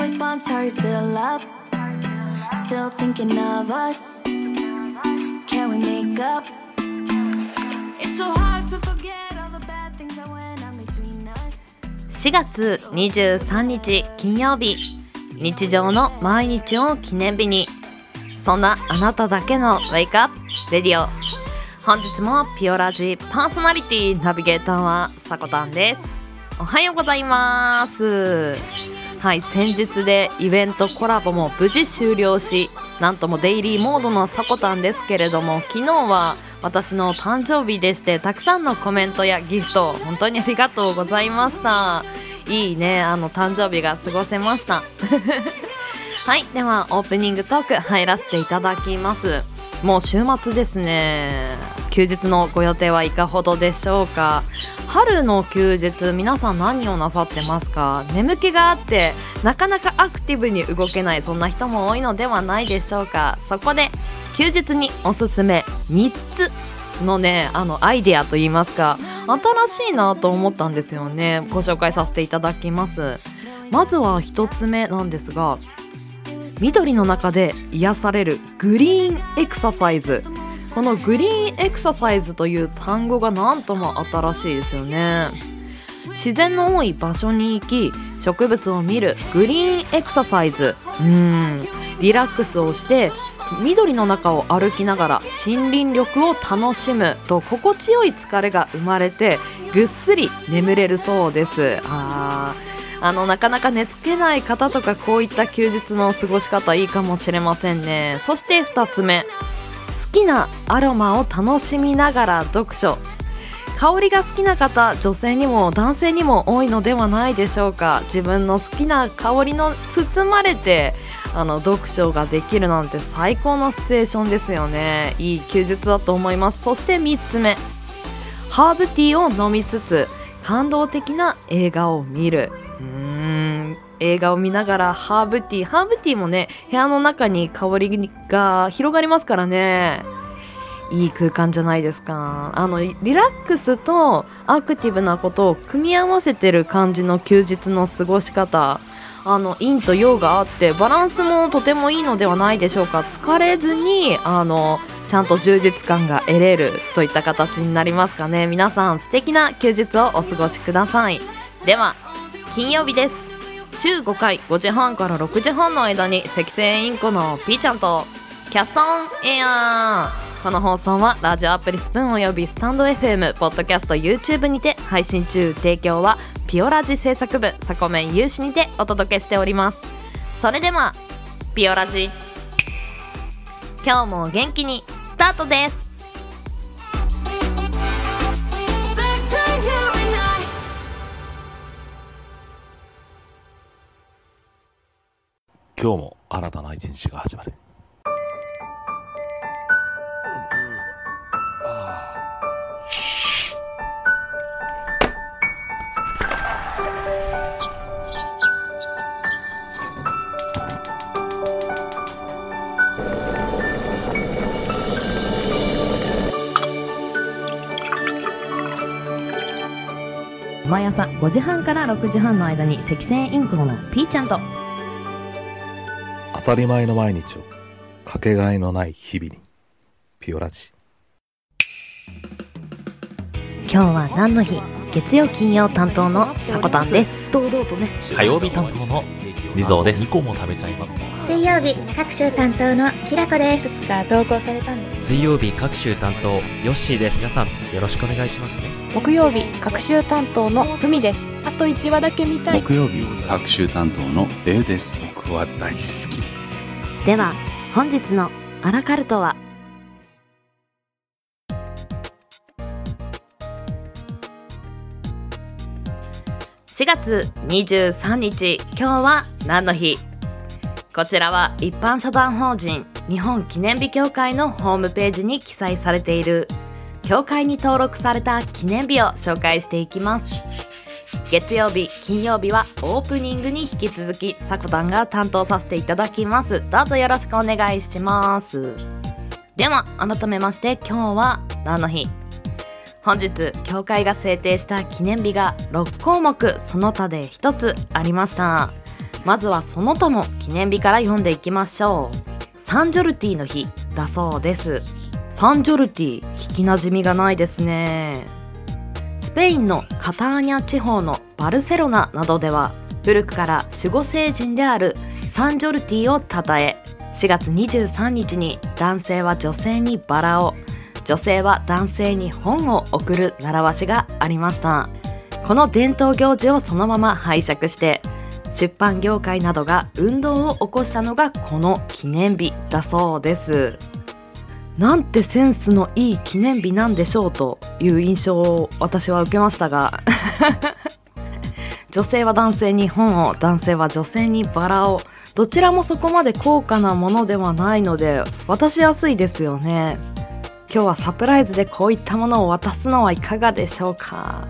response, are you still up? Still thinking of us? Can we make up? It's so hard to forget all the bad things that went on between us. 4月23日金曜日、日常の毎日を記念日に、そんなあなただけのウェイクアップレディオ。本日もピオラジパーソナリティナビゲーターはさこたんです。おはようございます。はい、先日でイベントコラボも無事終了し、なんともデイリーモードのさこたんですけれども、昨日は私の誕生日でして、たくさんのコメントやギフト本当にありがとうございました。いいね、誕生日が過ごせましたはい、ではオープニングトーク入らせていただきます。もう週末ですね。休日のご予定はいかほどでしょうか。春の休日、皆さん何をなさってますか？眠気があってなかなかアクティブに動けない、そんな人も多いのではないでしょうか。そこで休日におすすめ3つのね、アイデアといいますか、新しいなと思ったんですよね。ご紹介させていただきます。まずは1つ目なんですが、緑の中で癒されるグリーンエクササイズ。このグリーンエクササイズという単語がなんとも新しいですよね。自然の多い場所に行き、植物を見るグリーンエクササイズ。リラックスをして緑の中を歩きながら森林緑を楽しむと、心地よい疲れが生まれてぐっすり眠れるそうです。なかなか寝つけない方とか、こういった休日の過ごし方いいかもしれませんね。そして2つ目、好きなアロマを楽しみながら読書。香りが好きな方、女性にも男性にも多いのではないでしょうか。自分の好きな香りの包まれて読書ができるなんて最高のシチュエーションですよね。いい休日だと思います。そして3つ目、ハーブティーを飲みつつ感動的な映画を見る。映画を見ながらハーブティーもね、部屋の中に香りが広がりますからね。いい空間じゃないですか。リラックスとアクティブなことを組み合わせてる感じの休日の過ごし方、陰と陽があってバランスもとてもいいのではないでしょうか。疲れずにちゃんと充実感が得れるといった形になりますかね。皆さん素敵な休日をお過ごしください。では金曜日です。週5回5時半から6時半の間に赤星インコのピーちゃんとキャストオンエア。この放送はラジオアプリスプーンおよびスタンド FM、 ポッドキャスト、 YouTube にて配信中。提供はピオラジ制作部サコメン有志にてお届けしております。それではピオラジ、今日も元気にスタートです。 今日も新たな一日が始まる。 毎朝5時半から6時半の間に赤星インコのピーちゃんと、 当たり前の毎日をかけがえのない日々に。ピオラジ。 今日は何の日？月曜金曜担当のさこたんです。堂々とね。 火曜日担当の地蔵です。2個も食べちゃいます。 水曜日各週担当のきらこです。 いくつか投稿されたんです。 水曜日各週担当ヨッシーです。皆さんよろしくお願いしますね。 木曜日各週担当のふみです。あと1話だけ見たい。 木曜日各週担当のレウです。僕は大好きです。 では本日のアラカルトは、4月23日、今日は何の日？こちらは一般社団法人日本記念日協会のホームページに記載されている協会に登録された記念日を紹介していきます。月曜日金曜日はオープニングに引き続きさこたんが担当させていただきます。どうぞよろしくお願いします。では改めまして今日は何の日？本日協会が制定した記念日が6項目その他で1つありました。 まずはその他の記念日から読んでいきましょう。サンジョルティの日だそうです。サンジョルティ、聞きなじみがないですね。スペインのカターニャ地方のバルセロナなどでは古くから守護聖人であるサンジョルティを称え、4月23日に男性は女性にバラを、女性は男性に本を贈る習わしがありました。この伝統行事をそのまま拝借して出版業界などが運動を起こしたのがこの記念日だそうです。なんてセンスのいい記念日なんでしょうという印象を私は受けましたが女性は男性に本を、男性は女性にバラを、どちらもそこまで高価なものではないので渡しやすいですよね。今日はサプライズでこういったものを渡すのはいかがでしょうか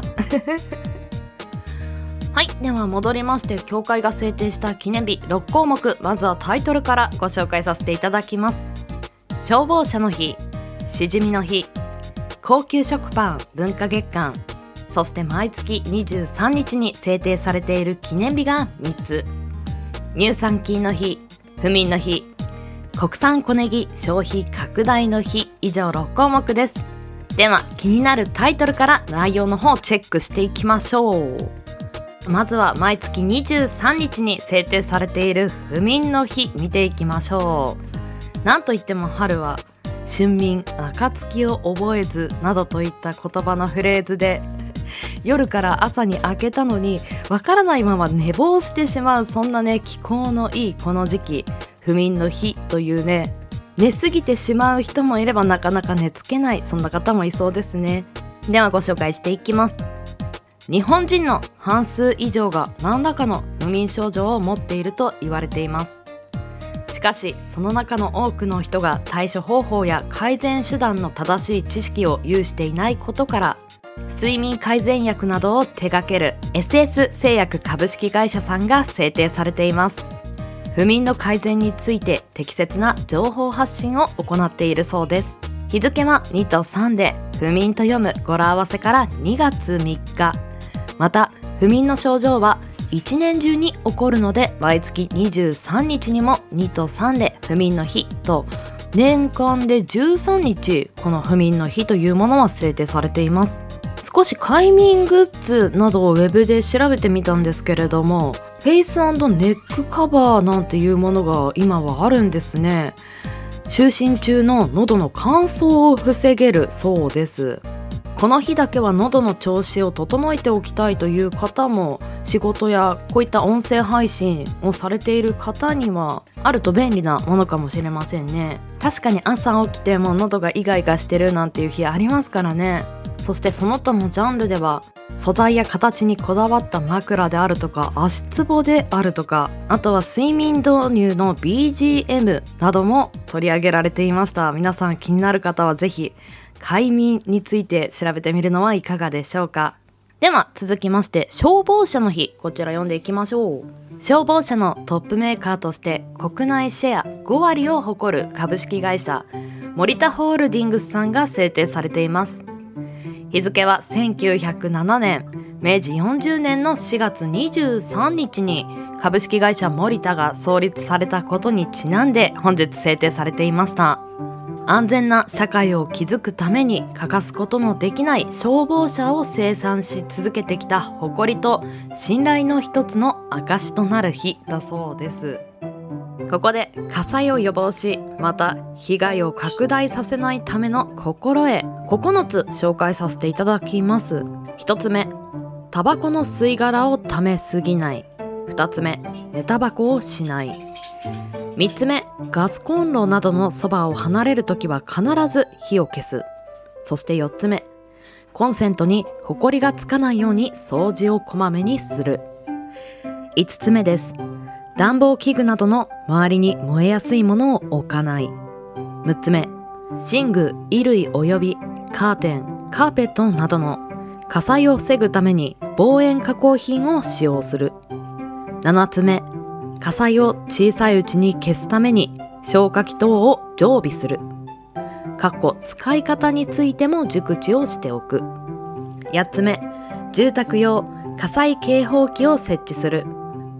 はい、では戻りまして、協会が制定した記念日6項目、まずはタイトルからご紹介させていただきます。消防車の日、しじみの日、高級食パン文化月間、そして毎月23日に制定されている記念日が3つ。乳酸菌の日、不眠の日、国産小ネギ消費拡大の日、以上6項目です。では気になるタイトルから内容の方をチェックしていきましょう。まずは毎月23日に制定されている不眠の日見ていきましょう。なんといっても春は春眠暁を覚えずなどといった言葉のフレーズで、夜から朝に明けたのにわからないまま寝坊してしまう、そんなね気候のいいこの時期、不眠の日というね、寝すぎてしまう人もいればなかなか寝つけない、そんな方もいそうですね。ではご紹介していきます。日本人の半数以上が何らかの不眠症状を持っていると言われています。しかしその中の多くの人が対処方法や改善手段の正しい知識を有していないことから、睡眠改善薬などを手掛ける SS 製薬株式会社さんが制定されています。不眠の改善について適切な情報発信を行っているそうです。日付は2と3で不眠と読む語呂合わせから2月3日。また不眠の症状は一年中に起こるので、毎月23日にも2と3で不眠の日と、年間で13日この不眠の日というものは制定されています。少し快眠グッズなどをウェブで調べてみたんですけれども、フェイス&ネックカバーなんていうものが今はあるんですね。就寝中の喉の乾燥を防げるそうです。この日だけは喉の調子を整えておきたいという方も、仕事やこういった音声配信をされている方にはあると便利なものかもしれませんね。確かに朝起きても喉がイガイガしてるなんていう日ありますからね。そしてその他のジャンルでは素材や形にこだわった枕であるとか、足つぼであるとか、あとは睡眠導入の BGM なども取り上げられていました。皆さん気になる方はぜひ快眠について調べてみるのはいかがでしょうか。では続きまして消防車の日、こちら読んでいきましょう。消防車のトップメーカーとして国内シェア5割を誇る株式会社森田ホールディングスさんが制定されています。日付は1907年明治40年の4月23日に株式会社森田が創立されたことにちなんで本日制定されていました。安全な社会を築くために欠かすことのできない消防車を生産し続けてきた誇りと信頼の一つの証となる日だそうです。ここで火災を予防し、また被害を拡大させないための心得9つ紹介させていただきます。1つ目、タバコの吸い殻をためすぎない。2つ目、寝タバコをしない。3つ目、ガスコンロなどのそばを離れるときは必ず火を消す。そして4つ目、コンセントにホコリがつかないように掃除をこまめにする。5つ目です。暖房器具などの周りに燃えやすいものを置かない。6つ目、寝具、衣類およびカーテン、カーペットなどの火災を防ぐために防煙加工品を使用する。7つ目、火災を小さいうちに消すために消火器等を常備する。使い方についても熟知をしておく。8つ目、住宅用火災警報器を設置する。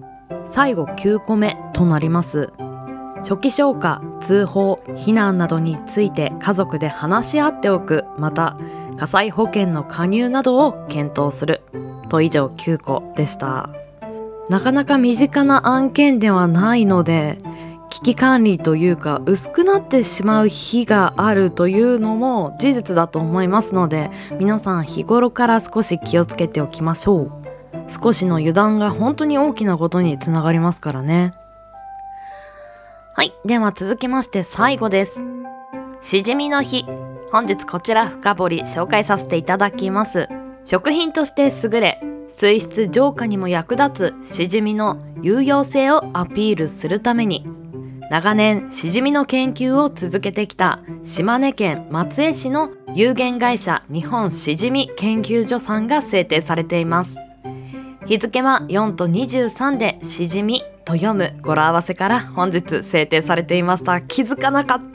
最後9個目となります。初期消火、通報、避難などについて家族で話し合っておく、また火災保険の加入などを検討すると以上9個でした。なかなか身近な案件ではないので、危機管理というか薄くなってしまう日があるというのも事実だと思いますので、皆さん日頃から少し気をつけておきましょう。少しの油断が本当に大きなことにつながりますからね。はい、では続きまして最後です。しじみの日。本日こちら深掘り紹介させていただきます。食品として優れ、水質浄化にも役立つしじみの有用性をアピールするために、長年しじみの研究を続けてきた島根県松江市の有限会社日本しじみ研究所さんが制定されています。日付は4と23でしじみと読む語呂合わせから本日制定されていました。気づかなかった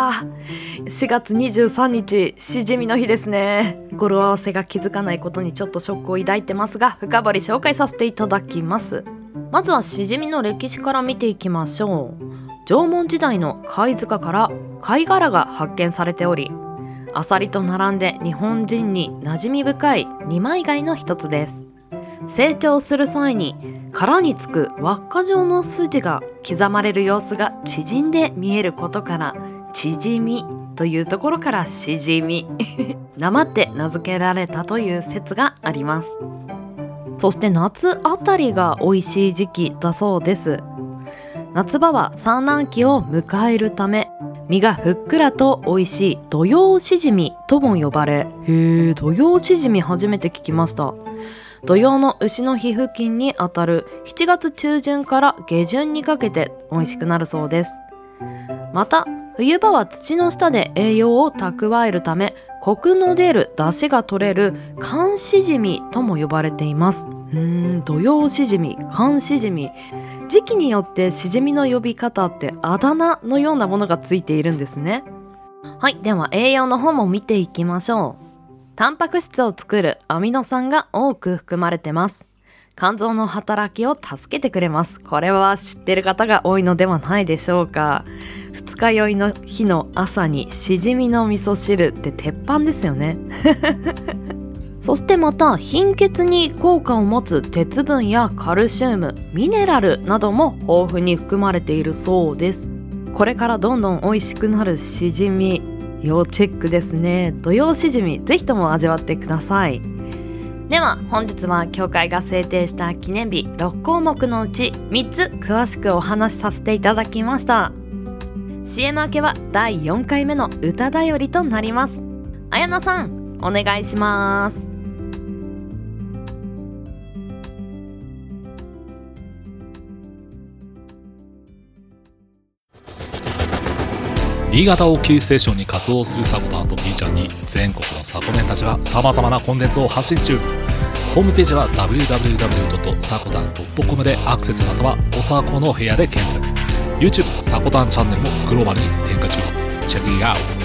。4月23日しじみの日ですね。語呂合わせが気づかないことにちょっとショックを抱いてますが、深掘り紹介させていただきます。まずはしじみの歴史から見ていきましょう。縄文時代の貝塚から貝殻が発見されており、アサリと並んで日本人に馴染み深い二枚貝の一つです。成長する際に殻につく輪っか状の筋が刻まれる様子が縮んで見えることから縮みというところからしじみなまって名付けられたという説があります。そして夏あたりが美味しい時期だそうです。夏場は産卵期を迎えるため、身がふっくらと美味しい土用しじみとも呼ばれ、土用しじみ初めて聞きました。土用の丑の日付近にあたる7月中旬から下旬にかけて美味しくなるそうです。また冬場は土の下で栄養を蓄えるため、コクの出る出汁が取れる寒しじみとも呼ばれています。土用しじみ、寒しじみ、時期によってしじみの呼び方ってあだ名のようなものがついているんですね。はい、では栄養の方も見ていきましょう。タンパク質を作るアミノ酸が多く含まれてます。肝臓の働きを助けてくれます。これは知ってる方が多いのではないでしょうか。二日酔いの日の朝にしじみの味噌汁って鉄板ですよねそしてまた貧血に効果を持つ鉄分やカルシウム、ミネラルなども豊富に含まれているそうです。これからどんどん美味しくなるしじみ、要チェックですね。土用しじみ、ぜひとも味わってください。では本日は協会が制定した記念日6項目のうち3つ詳しくお話しさせていただきました。 CM 明けは第4回目の歌だよりとなります。綾菜さんお願いします。 新潟をキーステーションに活動するサコタンと B ちゃんに全国のサコメンたちは様々なコンテンツを発信中。ホームページは www.sakotan.com でアクセス、またはおさこの部屋で検索。 YouTube サコタンチャンネルもグローバルに展開中。チェックイットアウト。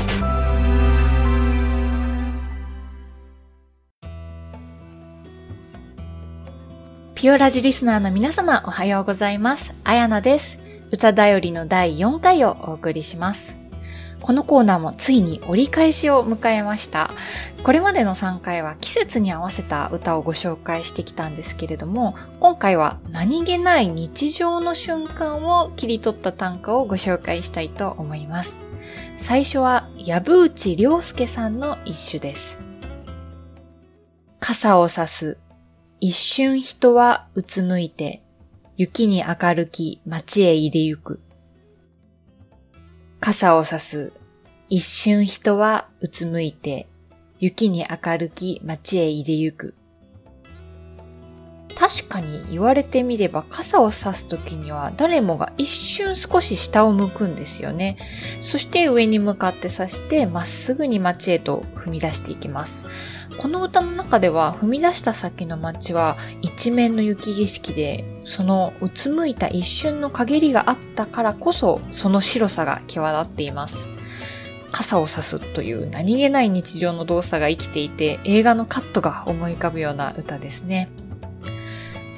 ピオラジリスナーの皆様おはようございます。あやなです。歌だよりの第4回をお送りします。このコーナーもついに折り返しを迎えました。これまでの3回は季節に合わせた歌をご紹介してきたんですけれども、今回は何気ない日常の瞬間を切り取った短歌をご紹介したいと思います。最初は藪内涼介さんの一首です。傘を差す。一瞬人はうつむいて、雪に明るき街へいでゆく。傘を差す。一瞬人はうつむいて、雪に明るき街へいでゆく。確かに言われてみれば傘を差すときには誰もが一瞬少し下を向くんですよね。そして上に向かって差してまっすぐに街へと踏み出していきます。この歌の中では踏み出した先の街は一面の雪景色で、そのうつむいた一瞬の陰りがあったからこそその白さが際立っています。傘を差すという何気ない日常の動作が生きていて、映画のカットが思い浮かぶような歌ですね。